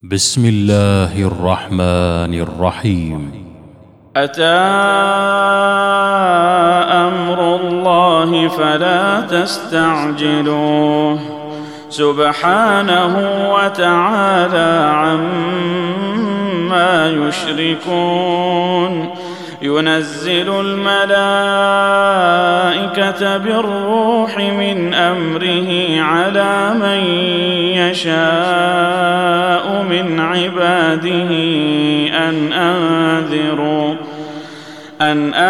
بسم الله الرحمن الرحيم. أتى أمر الله فلا تستعجلوه سبحانه وتعالى عما يشركون. ينزل الملائكة بالروح من أمره على من يشاء من عباده أن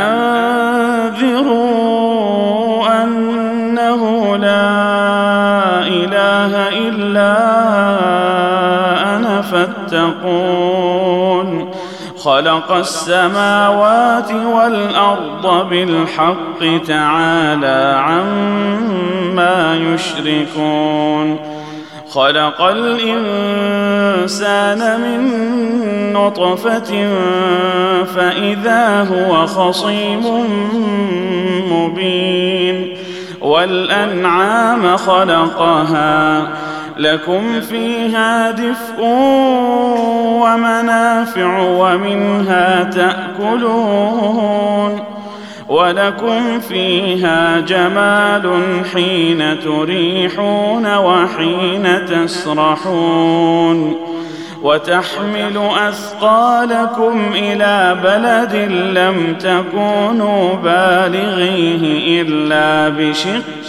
أنذروا أنه لا إله إلا أنا فاتقون. خلق السماوات والأرض بالحق تعالى عما يشركون. خلق الإنسان من نطفة فإذا هو خصيم مبين. والأنعام خلقها لكم فيها دفء ومنافع ومنها تأكلون. ولكم فيها جمال حين تريحون وحين تسرحون. وتحمل أثقالكم إلى بلد لم تكونوا بالغيه إلا بشق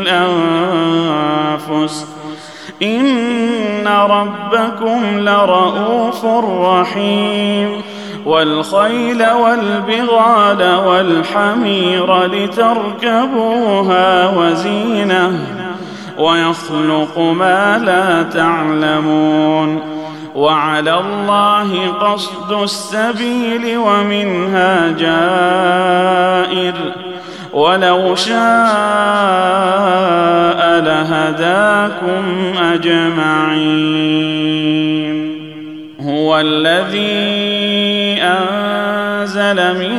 الأنفس إن ربكم لرؤوف رحيم. والخيل والبغال والحمير لتركبوها وزينة ويخلق ما لا تعلمون. وعلى الله قصد السبيل ومنها جائر ولو شاء لهداكم أجمعين. هو الذي أنزل من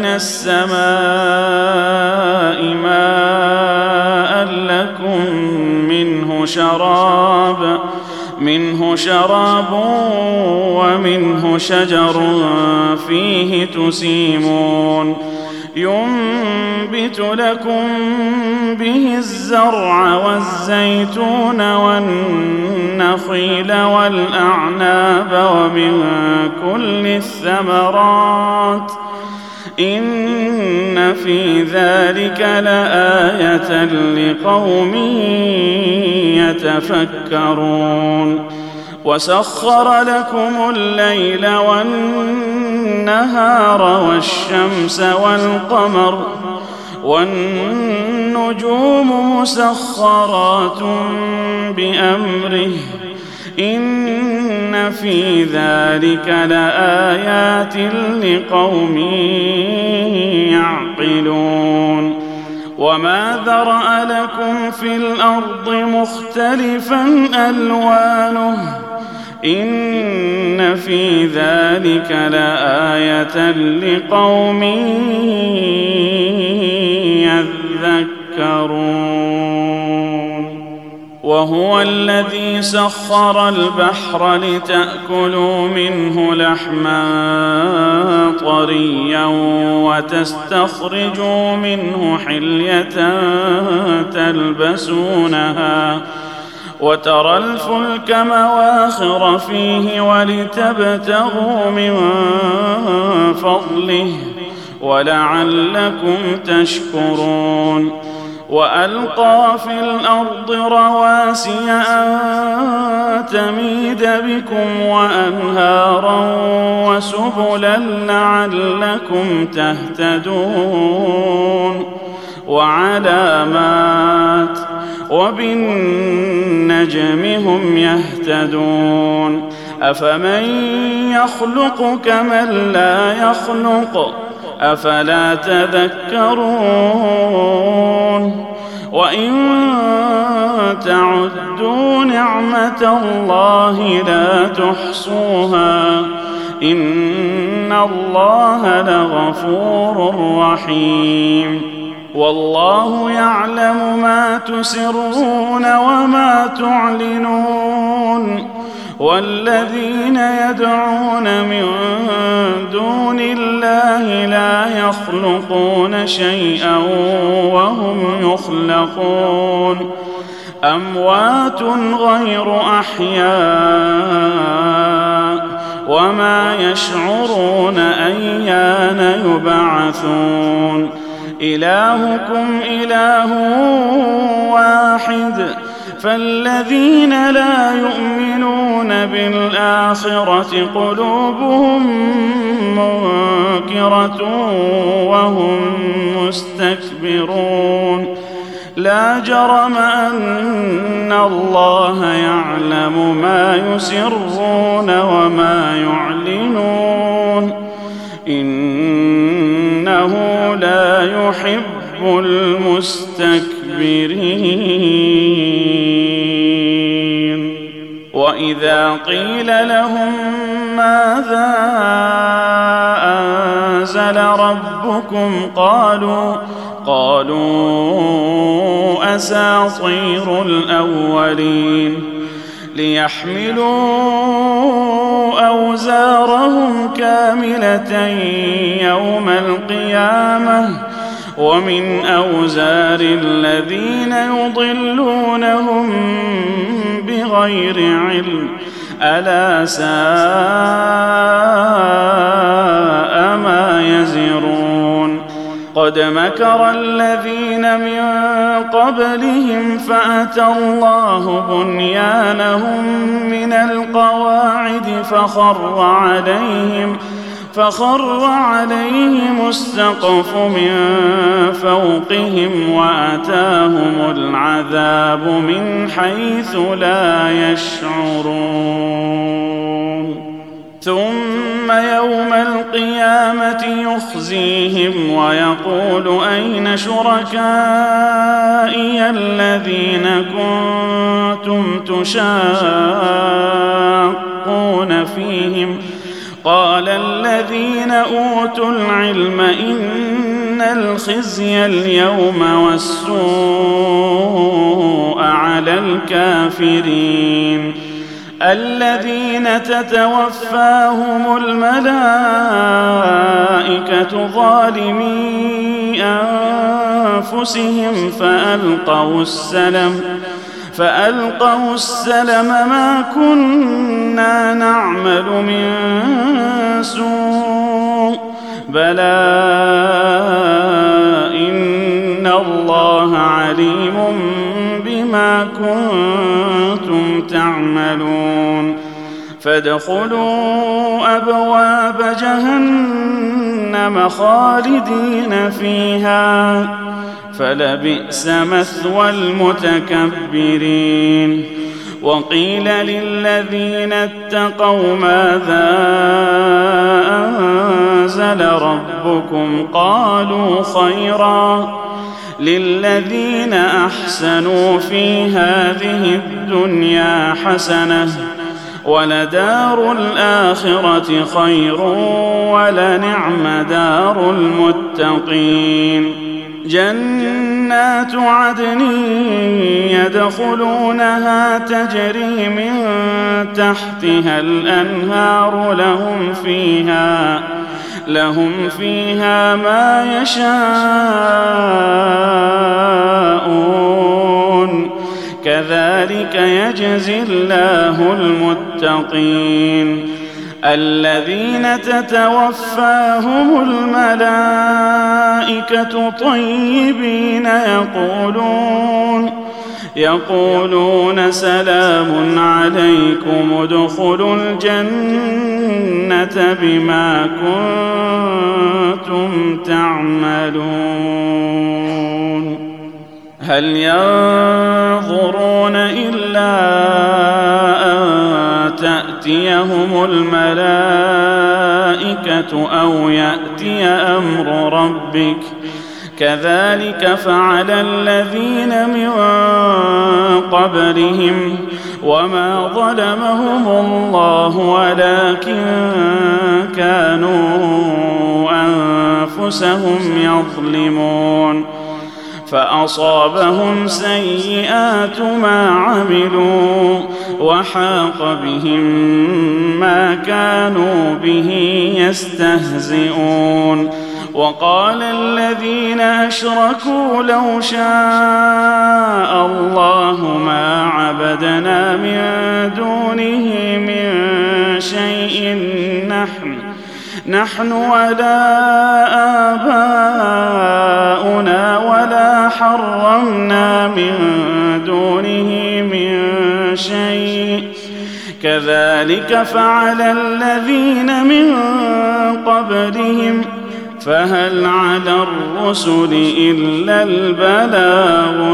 السماء ماء لكم منه شراب ومنه شجر فيه تسيمون. ينبت لكم به الزرع والزيتون والنخيل والأعناب ومن كل الثمرات إن في ذلك لآية لقوم يتفكرون. وسخر لكم الليل والنهار والشمس والقمر والنجوم مسخرات بأمره إن في ذلك لآيات لقوم يعقلون. وما ذرأ لكم في الأرض مختلفا ألوانه إن في ذلك لآية لقوم يذكرون. وهو الذي سخر البحر لتأكلوا منه لحما طريا وتستخرجوا منه حلية تلبسونها وترى الفلك مواخر فيه ولتبتغوا من فضله ولعلكم تشكرون. وألقى في الأرض رواسي أن تميد بكم وأنهارا وسبلا لعلكم تهتدون. وعلامات وبالنجم هم يهتدون. أفمن يخلق كمن لا يخلق أفلا تذكرون. وإن تعدوا نعمة الله لا تحصوها إن الله لغفور رحيم. والله يعلم ما تسرون وما تعلنون والذين يدعون من دون الله لا يخلقون شيئا وهم يخلقون أموات غير أحياء وما يشعرون أيان يبعثون إلهكم إله واحد فالذين لا يؤمنون بالآخرة قلوبهم منكرة وهم مستكبرون لا جرم أن الله يعلم ما يسرون وما يعلنون إنه لا يحب المستكبرين وإذا قيل لهم ماذا أنزل ربكم قالوا أساطير الأولين ليحملوا أوزارهم كاملة يوم القيامة ومن أوزار الذين يضلونهم بغير علم ألا ساء ما يزرون قد مكر الذين من قبلهم فأتى الله بنيانهم من القواعد فخر عليهم السقف من فوقهم وأتاهم العذاب من حيث لا يشعرون ثم يوم القيامة يخزيهم ويقول أين شركائي الذين كنتم تشاقون فيهم قال الذين أوتوا العلم إن الخزي اليوم والسوء على الكافرين الذين تتوفاهم الملائكة ظالمي أنفسهم فألقوا السلم ما كنا نعمل من سوء بلى إن الله عليم بما كنتم تعملون فادخلوا أبواب جهنم خالدين فيها فلبئس مثوى المتكبرين وقيل للذين اتقوا ماذا أنزل ربكم قالوا خيرا للذين أحسنوا في هذه الدنيا حسنة ولدار الآخرة خير ولنعم دار المتقين جنات عدن يدخلونها تجري من تحتها الأنهار لهم فيها ما يشاءون كذلك يجزي الله المتقين الذين تتوفاهم الملائكة طيبين يقولون سلام عليكم ادخلوا الجنة بما كنتم تعملون هل ينظرون إلا أن تأتيهم الملائكة أو يأتي أمر ربك كذلك فعل الذين من قبلهم وما ظلمهم الله ولكن كانوا أنفسهم يظلمون فأصابهم سيئات ما عملوا وحاق بهم ما كانوا به يستهزئون. وقال الذين أشركوا لو شاء الله ما عبدنا من دونه من شيء نحن ولا آباؤنا ولا حرمنا من دونه من شيء كذلك فعل الذين من قبلهم فهل على الرسل إلا البلاغ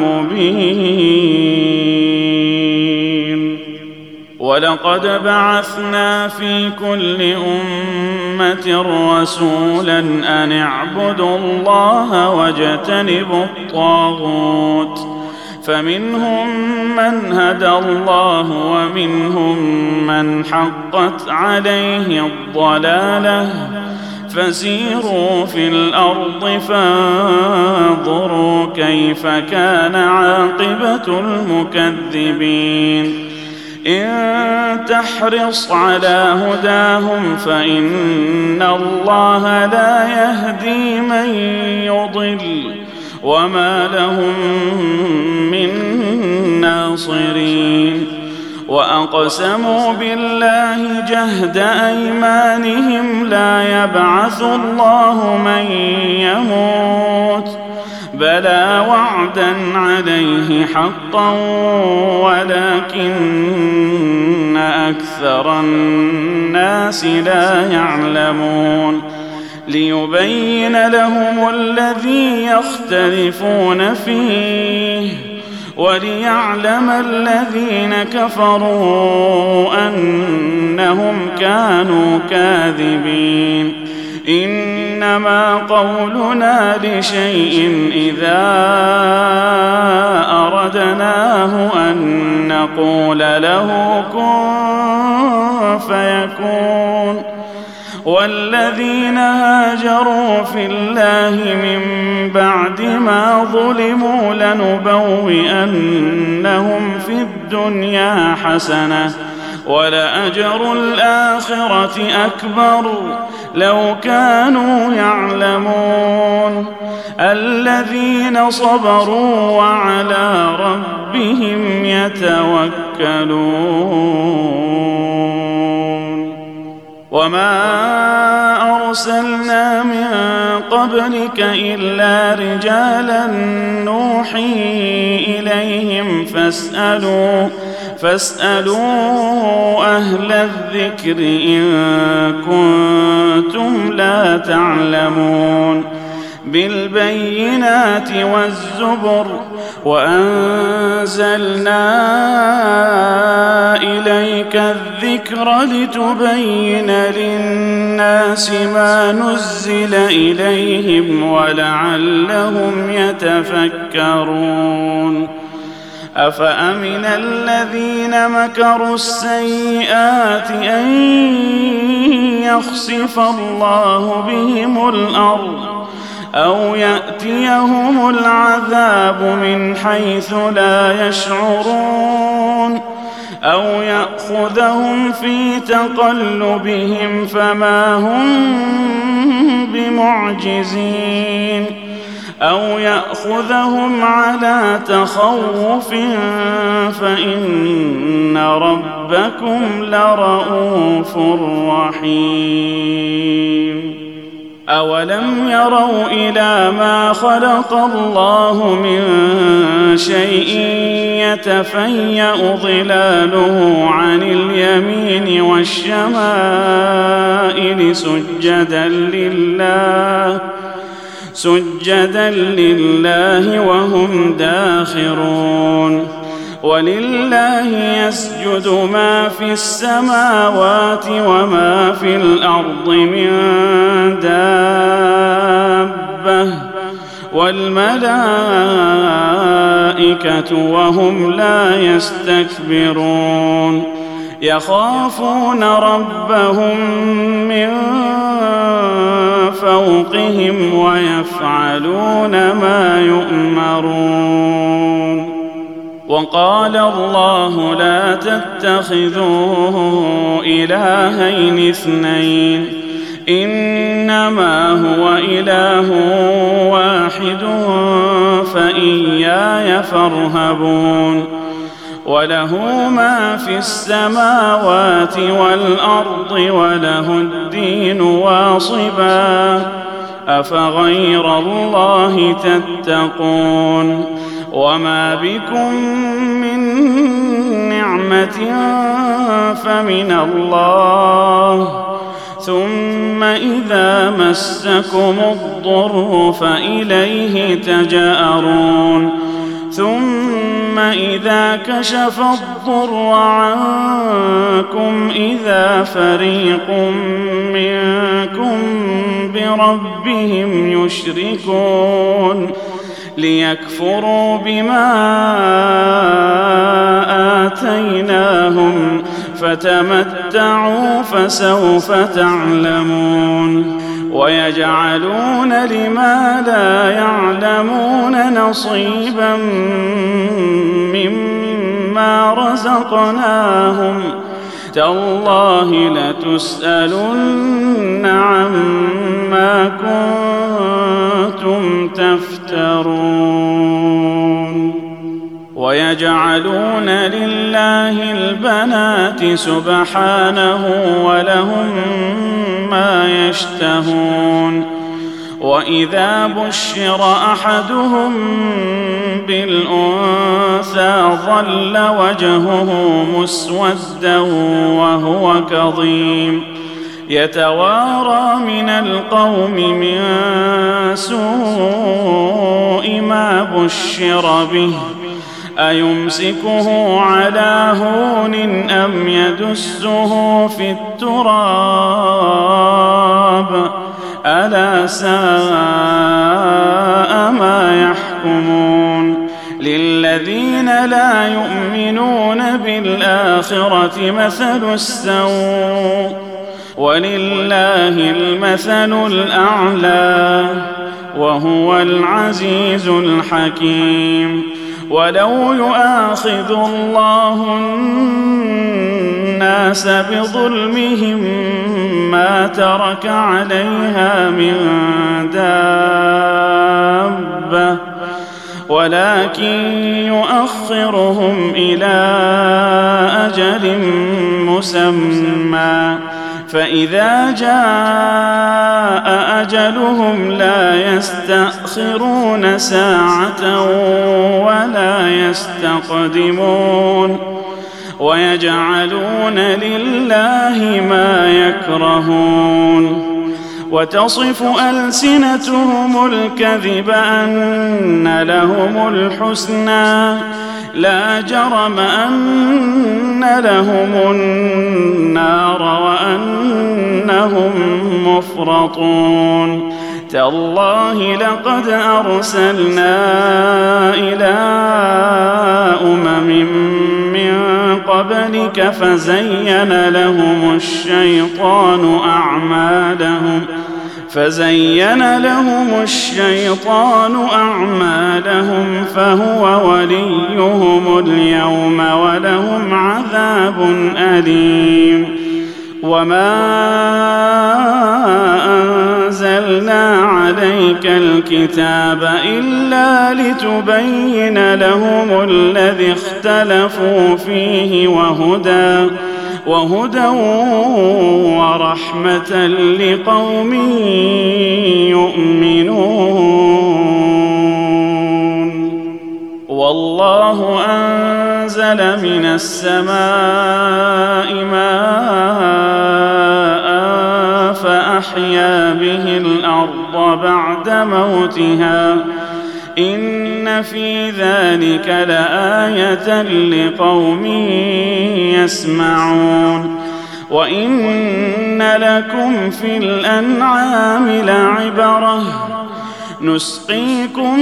المبين. ولقد بعثنا في كل أمة رسولا أن اعبدوا الله واجتنبوا الطاغوت فمنهم من هدى الله ومنهم من حقت عليه الضلالة فسيروا في الأرض فانظروا كيف كان عاقبة المكذبين. إن تحرص على هداهم فإن الله لا يهدي من يضل وما لهم من ناصرين. وأقسموا بالله جهد أيمانهم لا يبعث الله من يموت بلى وعدا عليه حقا ولكن أكثر الناس لا يعلمون. ليبين لهم الذي يختلفون فيه وليعلم الذين كفروا أنهم كانوا كاذبين. إنما قولنا لشيء إذا أردناه أن نقول له كن فيكون. والذين هاجروا في الله من بعد ما ظلموا لنبوئنهم في الدنيا حسنة ولأجر الآخرة أكبر لو كانوا يعلمون. الذين صبروا وعلى ربهم يتوكلون. وما أرسلنا من قبلك إلا رجالا نوحي إليهم فاسألوا أهل الذكر إن كنتم لا تعلمون. بالبينات والزبر وأنزلنا إليك الذكر لتبين للناس ما نزل إليهم ولعلهم يتفكرون. أفأمن الذين مكروا السيئات أن يخسف الله بهم الأرض أو يأتيهم العذاب من حيث لا يشعرون أو يأخذهم في تقلبهم فما هم بمعجزين أو يأخذهم على تخوف فإن ربكم لرؤوف رحيم. أولم يروا إلى ما خلق الله من شيء يتفيأ ظلاله عن اليمين والشمائل سجدا لله وهم داخرون. ولله يسجد ما في السماوات وما في الأرض من دابة والملائكة وهم لا يستكبرون. يخافون ربهم من فوقهم ويفعلون ما يؤمرون. وقال الله لا تتخذوا إلهين اثنين إنما هو إله واحد فإياي فارهبون وله ما في السماوات والأرض وله الدين واصبا أفغير الله تتقون وما بكم من نعمة فمن الله ثم إذا مسكم الضر فإليه تجأرون ثم إذا كشف الضر عنكم إذا فريق منكم بربهم يشركون ليكفروا بما آتيناهم فتمتعوا فسوف تعلمون ويجعلون لما لا يعلمون نصيبا مما رزقناهم تالله لتسألن عما كنتم تفترون ويجعلون لله البنات سبحانه ولهم ما يشتهون وإذا بشر أحدهم بالأنثى ظل وجهه مسودا وهو كظيم يتوارى من القوم من سوء ما بشر به أيمسكه على هون أم يدسه في التراب ألا ساء ما يحكمون للذين لا يؤمنون بالآخرة مثل السوء ولله المثل الأعلى وهو العزيز الحكيم ولو يؤاخذ الله الناس بظلمهم ما ترك عليها من دابة ولكن يؤخرهم إلى أجل مسمى فإذا جاء أجلهم لا يستأخرون ساعة ولا يستقدمون ويجعلون لله ما يكرهون وتصف ألسنتهم الكذب أن لهم الحسنى لا جرم أن لهم النار وأنهم مفرطون تالله لقد أرسلنا إلى أمم من قبلك فزين لهم الشيطان أعمالهم فهو وليهم اليوم ولهم عذاب أليم وما أنزلنا عليك الكتاب إلا لتبين لهم الذي اختلفوا فيه وهدى ورحمة لقوم يؤمنون والله أنزل من السماء ماء فأحيا به الأرض بعد موتها إن في ذلك لآية لقوم يسمعون وإن لكم في الأنعام لعبرة نسقيكم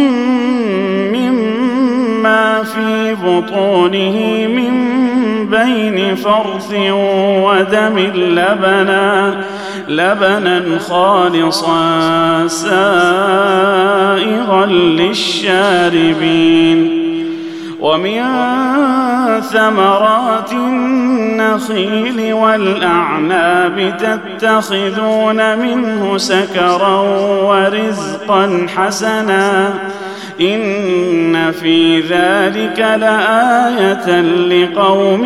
مما في بطونه من بين فرث ودم لبنا خالصا سائغا للشاربين ومن ثمرات النخيل والأعناب تتخذون منه سكرا ورزقا حسنا إن في ذلك لآية لقوم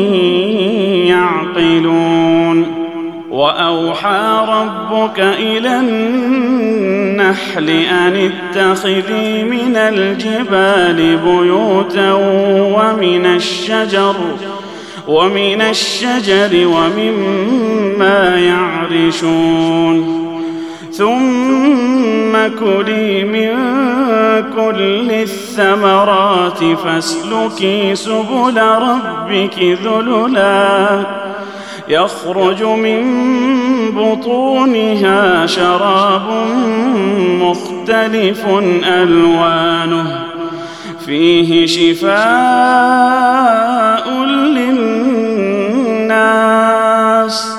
يعقلون وأوحى ربك إلى النحل أن اتخذي من الجبال بيوتا ومن الشجر ومما يعرشون ثم كلي من كل الثمرات فاسلكي سبل ربك ذللا يخرج من بطونها شراب مختلف ألوانه فيه شفاء للناس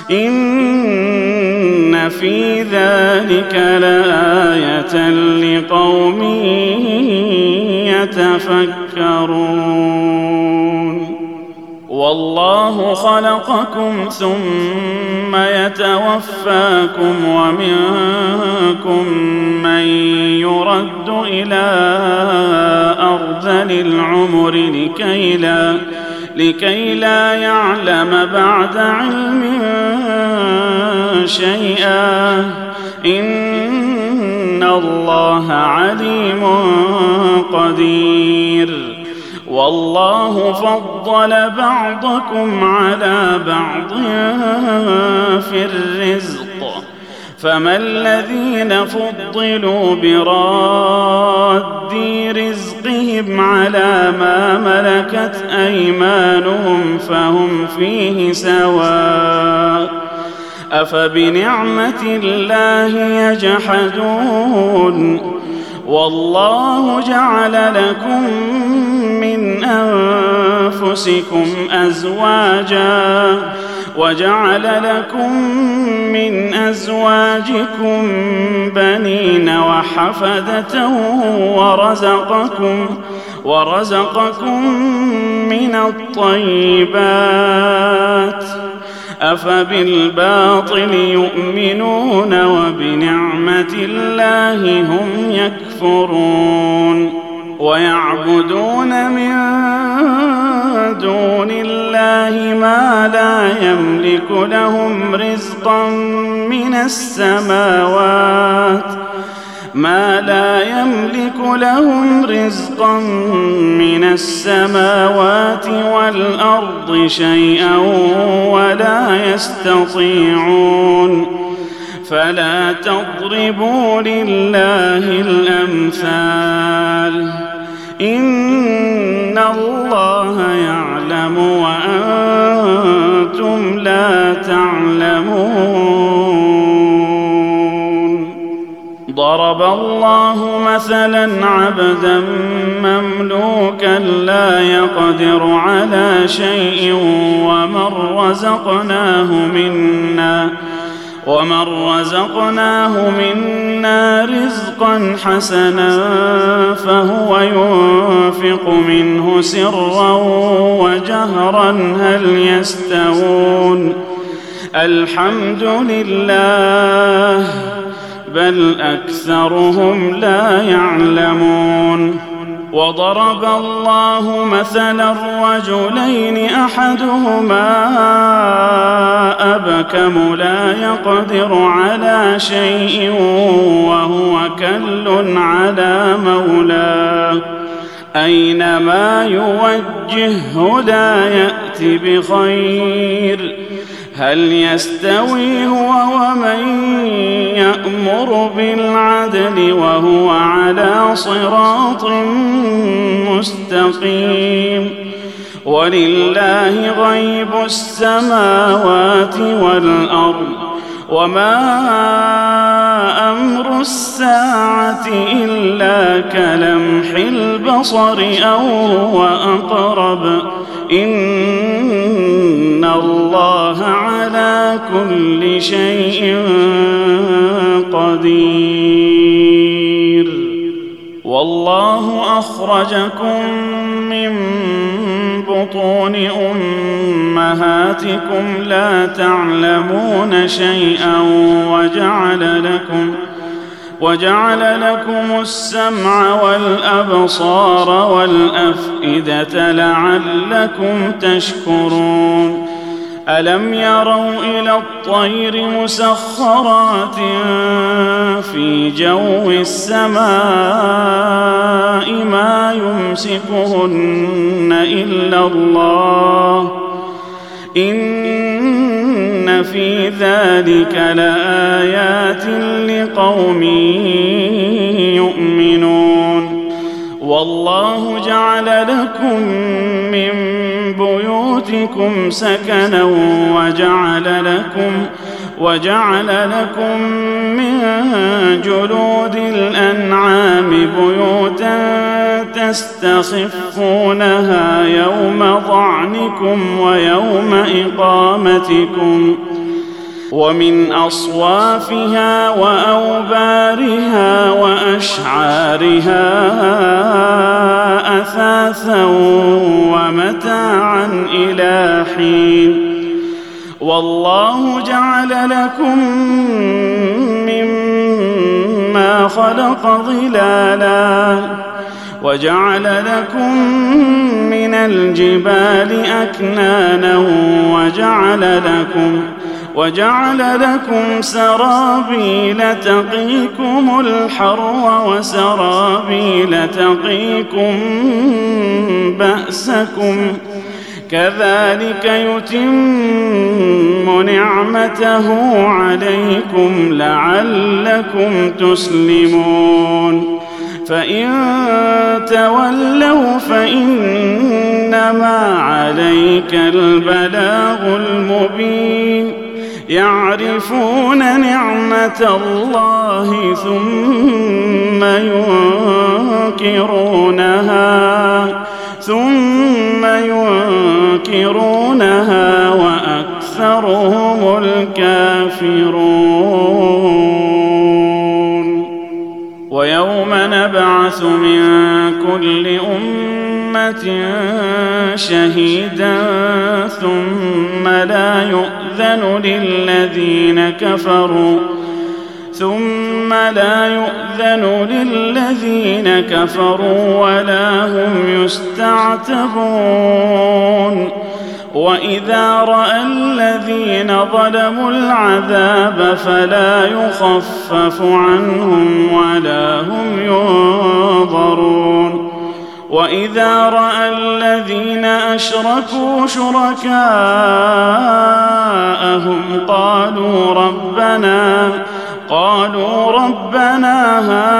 إن في ذلك لآية لقوم يتفكرون والله خلقكم ثم يتوفاكم ومنكم من يرد إلى أرذل العمر لكي لا يعلم بعد علم شيئا إن الله عليم قدير والله فضل بعضكم على بعض في الرزق فما الذين فضلوا براد رزقهم على ما ملكت أيمانهم فهم فيه سواء أفبنعمة الله يجحدون والله جعل لكم من أنفسكم أزواجا وجعل لكم من أزواجكم بنين وحفدة ورزقكم من الطيبات أفبالباطل يؤمنون وبنعمة الله هم يكفرون ويعبدون من دون الله ما لا يملك لهم رزقا من السماوات والأرض شيئا ولا يستطيعون فلا تضربوا لله الأمثال إن الله يعلم وأنتم لا تعلمون ضرب الله مثلا عبدا مملوكا لا يقدر على شيء ومن رزقناه منا رزقا حسنا فهو ينفق منه سرا وجهرا هل يستوون الحمد لله بل أكثرهم لا يعلمون وضرب الله مثلا رجلين أحدهما أبكم لا يقدر على شيء وهو كل على مولاه أينما يوجهه لا يأت بخير هل يستوي هو ومن يأمر بالعدل وهو على صراط مستقيم ولله غيب السماوات والأرض وما أمر الساعة إلا كلمح البصر أو هو أقرب إن الله على كل شيء قدير والله أخرجكم من بطون أمهاتكم لا تعلمون شيئا وجعل لكم السمع والأبصار والأفئدة لعلكم تشكرون ألم يروا إلى الطير مسخرات في جو السماء ما يمسكهن إلا الله إن في ذلك لآيات لقوم يؤمنون والله جعل لكم من بيوتكم سكنا وجعل لكم من جلود الأنعام بيوتا تستخفونها يوم ظعنكم ويوم إقامتكم ومن أصوافها وأوبارها وأشعارها أثاثا ومتاعا إلى حين والله جعل لكم مما خلق ظلالا وجعل لكم من الجبال أكنانا وجعل لكم سرابيل تقيكم الحر وسرابيل تقيكم بأسكم كذلك يتم نعمته عليكم لعلكم تسلمون فإن تولوا فإنما عليك البلاغ المبين يعرفون نعمة الله ثم ينكرونها وأكثرهم الكافرون ويوم نبعث من كل أمة شهيدا ثم لا يؤذن للذين كفروا ولا هم يستعتبون وإذا رأى الذين ظلموا العذاب فلا يخفف عنهم ولا هم ينظرون وإذا رأى الذين أشركوا شركاءهم قالوا ربنا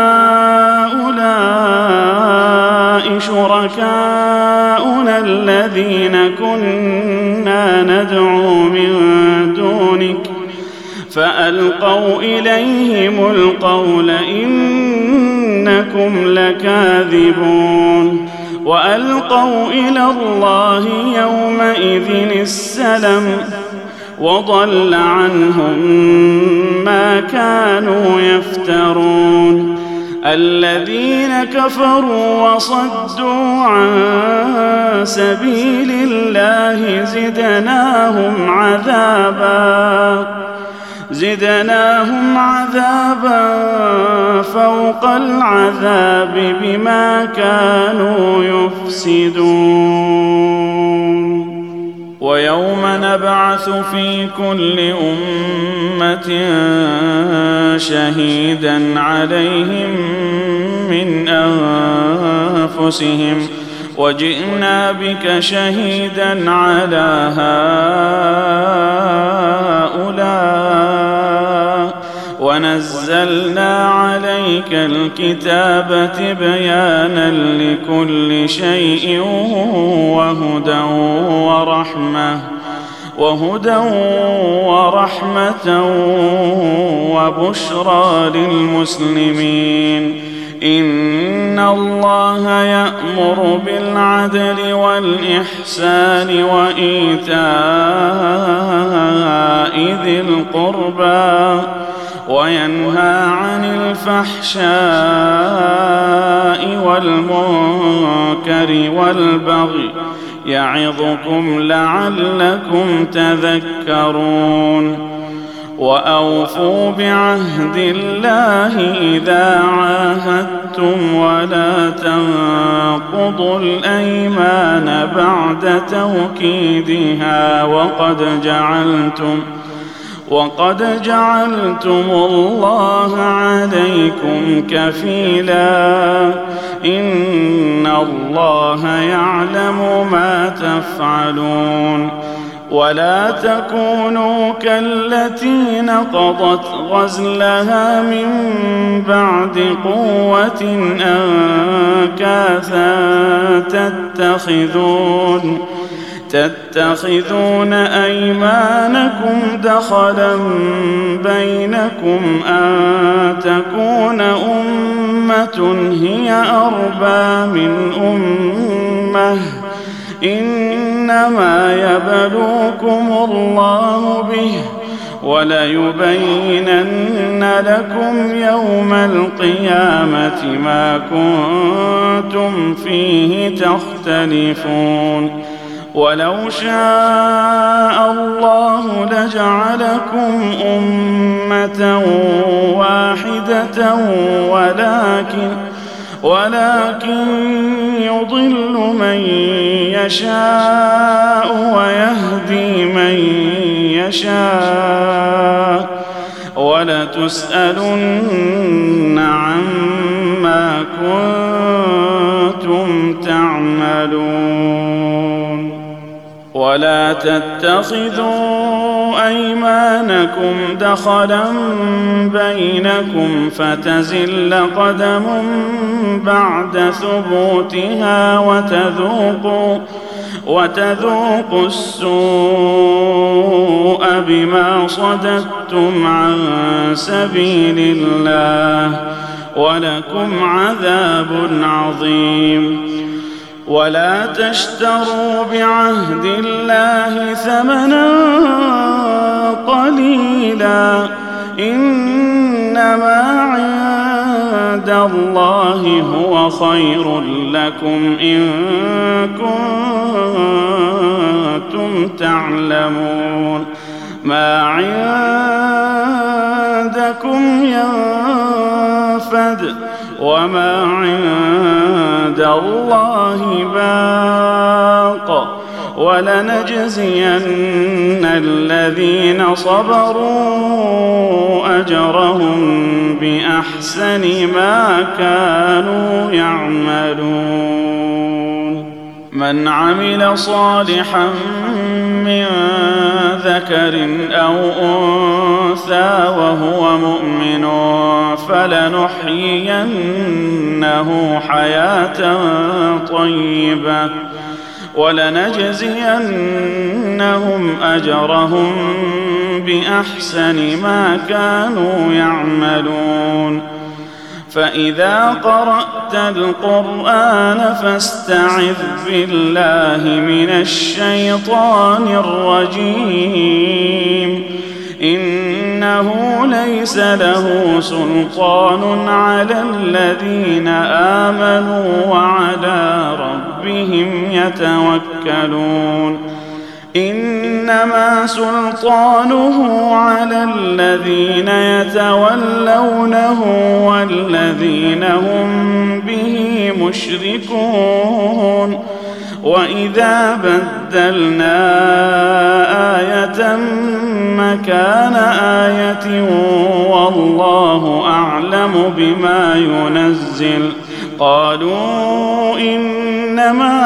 هؤلاء شركاؤنا الذين كنا ندعو من دونك فألقوا إليهم القول إنكم لكاذبون وألقوا إلى الله يومئذ السلم وضل عنهم ما كانوا يفترون الذين كفروا وصدوا عن سبيل الله زدناهم عذابا فوق العذاب بما كانوا يفسدون ويوم نبعث في كل أمة شهيدا عليهم من أنفسهم وجئنا بك شهيدا على هؤلاء ونزلنا عليك الكتاب تبيانا لكل شيء وهدى ورحمة وبشرى للمسلمين إن الله يأمر بالعدل والإحسان وإيتاء ذي القربى وينهى عن الفحشاء والمنكر والبغي يعظكم لعلكم تذكرون وأوفوا بعهد الله إذا عاهدتم ولا تنقضوا الأيمان بعد توكيدها وقد جعلتم الله عليكم كفيلا إن الله يعلم ما تفعلون ولا تكونوا كالتي نقضت غزلها من بعد قوة أنكاثا تتخذون أيمانكم دخلا بينكم أن تكون أمة هي أربى من أمة إنما يبلوكم الله به وليبينن لكم يوم القيامة ما كنتم فيه تختلفون ولو شاء الله لجعلكم أمة واحدة ولكن يضل من يشاء ويهدي من يشاء ولتسألن عما كنتم تعملون ولا تتخذوا أيمانكم دخلا بينكم فتزل قدم بعد ثبوتها وتذوقوا السوء بما صددتم عن سبيل الله ولكم عذاب عظيم ولا تشتروا بعهد الله ثمنا قليلا إنما عند الله هو خير لكم إن كنتم تعلمون ما عندكم ينفد وما عند الله باق ولنجزين الذين صبروا أجرهم بأحسن ما كانوا يعملون من عمل صالحا من ذكر أو أنثى وهو مؤمن فلنحيينه حياة طيبة ولنجزينهم أجرهم بأحسن ما كانوا يعملون فإذا قرأت القرآن فاستعذ بالله من الشيطان الرجيم إنه ليس له سلطان على الذين آمنوا وعلى ربهم يتوكلون إنما سلطانه على الذين يتولونه والذين هم به مشركون وإذا بدلنا آية مكان آية والله أعلم بما ينزل قالوا إنما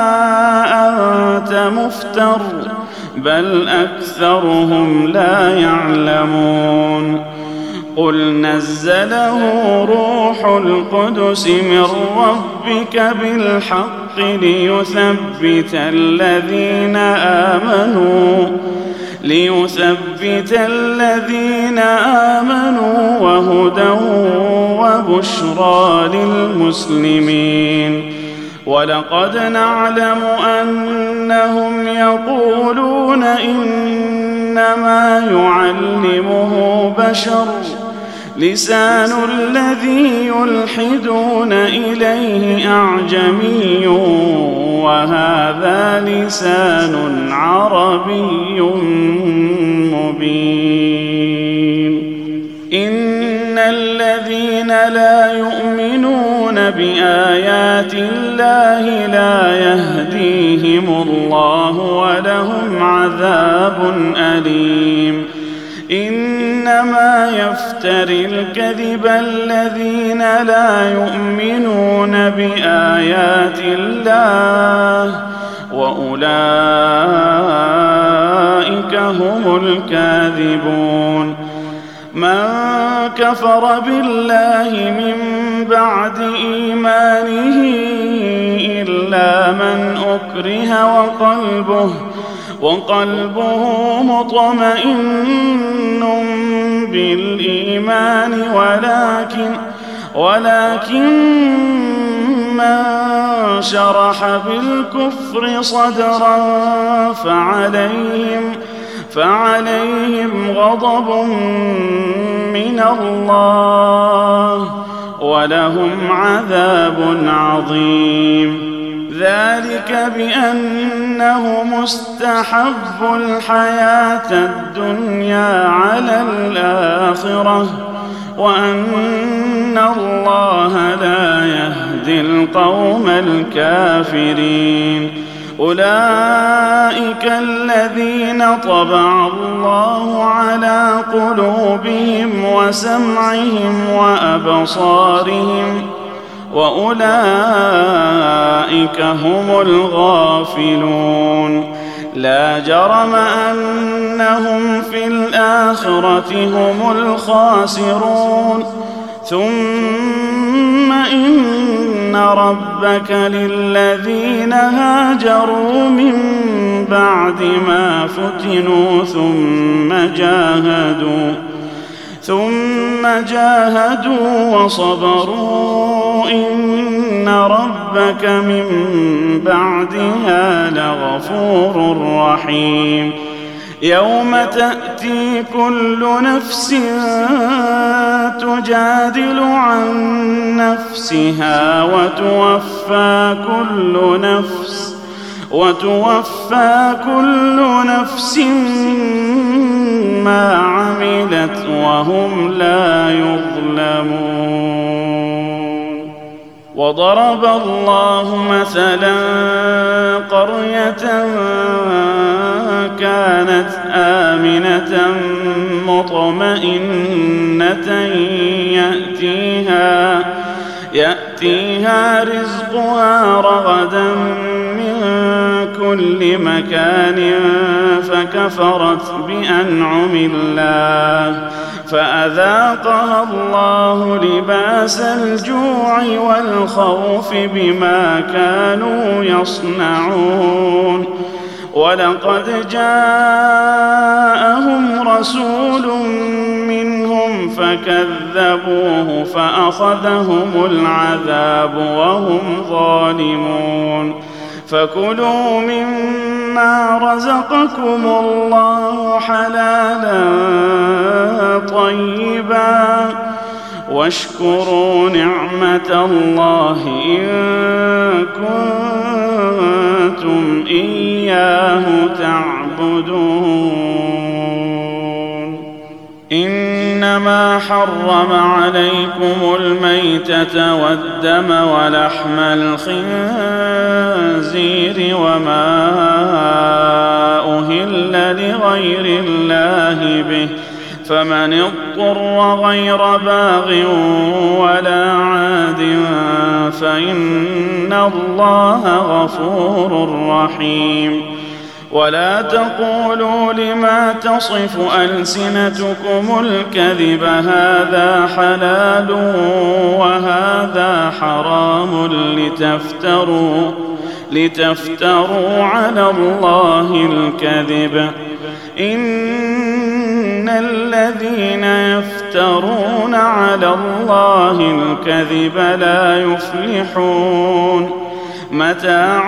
أنت مفتر بل أكثرهم لا يعلمون قل نزله روح القدس من ربك بالحق ليثبت الذين آمنوا وهدى وبشرى للمسلمين ولقد نعلم أنهم يقولون إنما يعلمه بشر لسان الذي يلحدون إليه أعجمي وهذا لسان عربي مبين. إن الذين لا يؤمنون بآيات الله لا يهديهم الله ولهم عذاب أليم. إنما يفتري الكذب الذين لا يؤمنون بآيات الله وأولئك هم الكاذبون. من كفر بالله من بعد إيمانه إلا من أكره وقلبه مطمئن بالإيمان ولكن من شرح بالكفر صدرا فعليهم غضب من الله ولهم عذاب عظيم. ذلك بأنه مستحب الحياة الدنيا على الآخرة وأن الله لا يهدي القوم الكافرين. أولئك الذين طبع الله على قلوبهم وسمعهم وأبصارهم وأولئك هم الغافلون. لا جرم أنهم في الآخرة هم الخاسرون. ثم إن ربك للذين هاجروا من بعد ما فتنوا ثم جاهدوا وصبروا إن ربك من بعدها لغفور رحيم. يوم تأتي كل نفس تجادل عن نفسها وتوفى كل نفس ما عملت وهم لا يظلمون. وضرب الله مثلا قرية كانت آمنة مطمئنة يأتيها رزقها رغدا من كل مكان فكفرت بأنعم الله فأذاقها الله لباس الجوع والخوف بما كانوا يصنعون. ولقد جاءهم رسول منهم فكذبوه فأخذهم العذاب وهم ظالمون. فكلوا مما رزقكم الله حلالا طيبا واشكروا نعمة الله إن كنتم إياه تعبدون. إنما حرم عليكم الميتة والدم ولحم الخنزير وما أهل لغير الله به فمن اضطر غير باغ ولا عاد فإن الله غفور رحيم. ولا تقولوا لما تصف ألسنتكم الكذب هذا حلال وهذا حرام لتفتروا على الله الكذب. إن الذين يفترون على الله الكذب لا يفلحون. متاع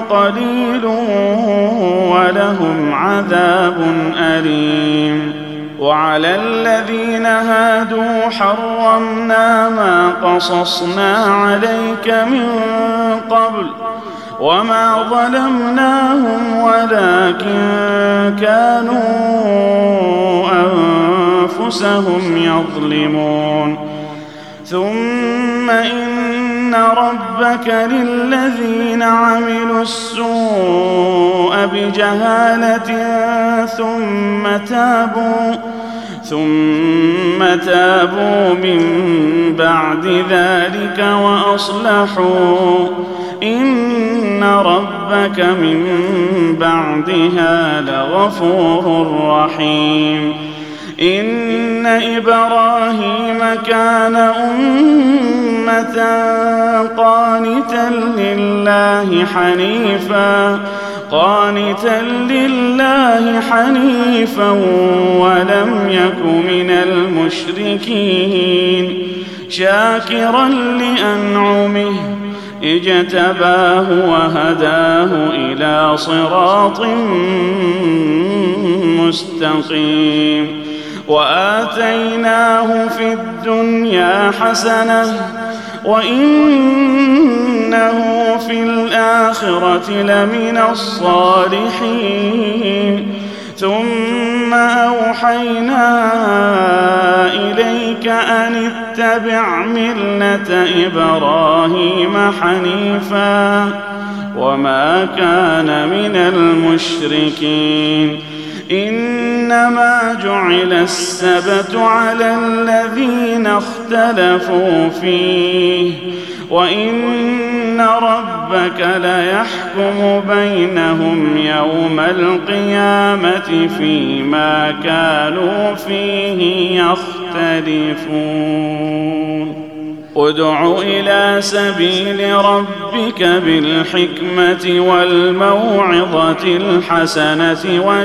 قليل ولهم عذاب أليم. وعلى الذين هادوا حرمنا ما قصصنا عليك من قبل وما ظلمناهم ولكن كانوا أنفسهم يظلمون ثم إن ربك للذين عملوا السوء بجهالة ثم تابوا من بعد ذلك وأصلحوا إن ربك من بعدها لغفور رحيم إن إبراهيم كان أمة قانتا لله حنيفا ولم يك من المشركين شاكرا لأنعمه اجتباه وهداه إلى صراط مستقيم وآتيناه في الدنيا حسنة وإنه في الآخرة لمن الصالحين ثم أوحينا إليك أن اتبع ملة إبراهيم حنيفا وما كان من المشركين إنما جعل السبت على الذين اختلفوا فيه وإن ربك ليحكم بينهم يوم القيامة فيما كانوا فيه يختلفون ادع إلى سبيل ربك بالحكمة والموعظة الحسنة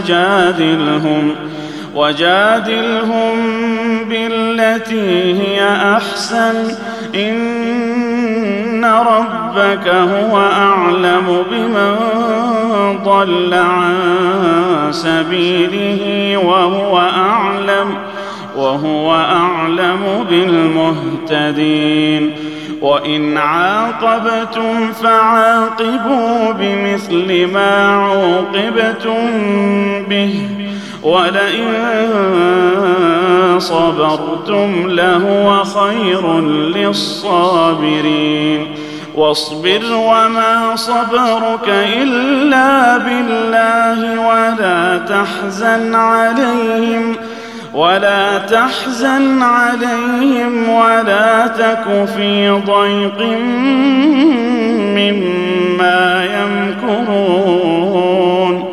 وجادلهم بالتي هي أحسن إن ربك هو أعلم بمن ضل عن سبيله وهو أعلم بالمهتدين وإن عاقبتم فعاقبوا بمثل ما عوقبتم به ولئن صبرتم لهو خير للصابرين واصبر وما صبرك إلا بالله ولا تحزن عليهم ولا تك في ضيق مما يمكرون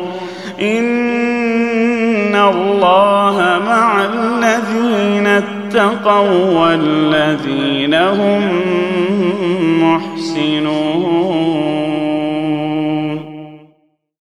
إن الله مع الذين اتقوا والذين هم محسنون.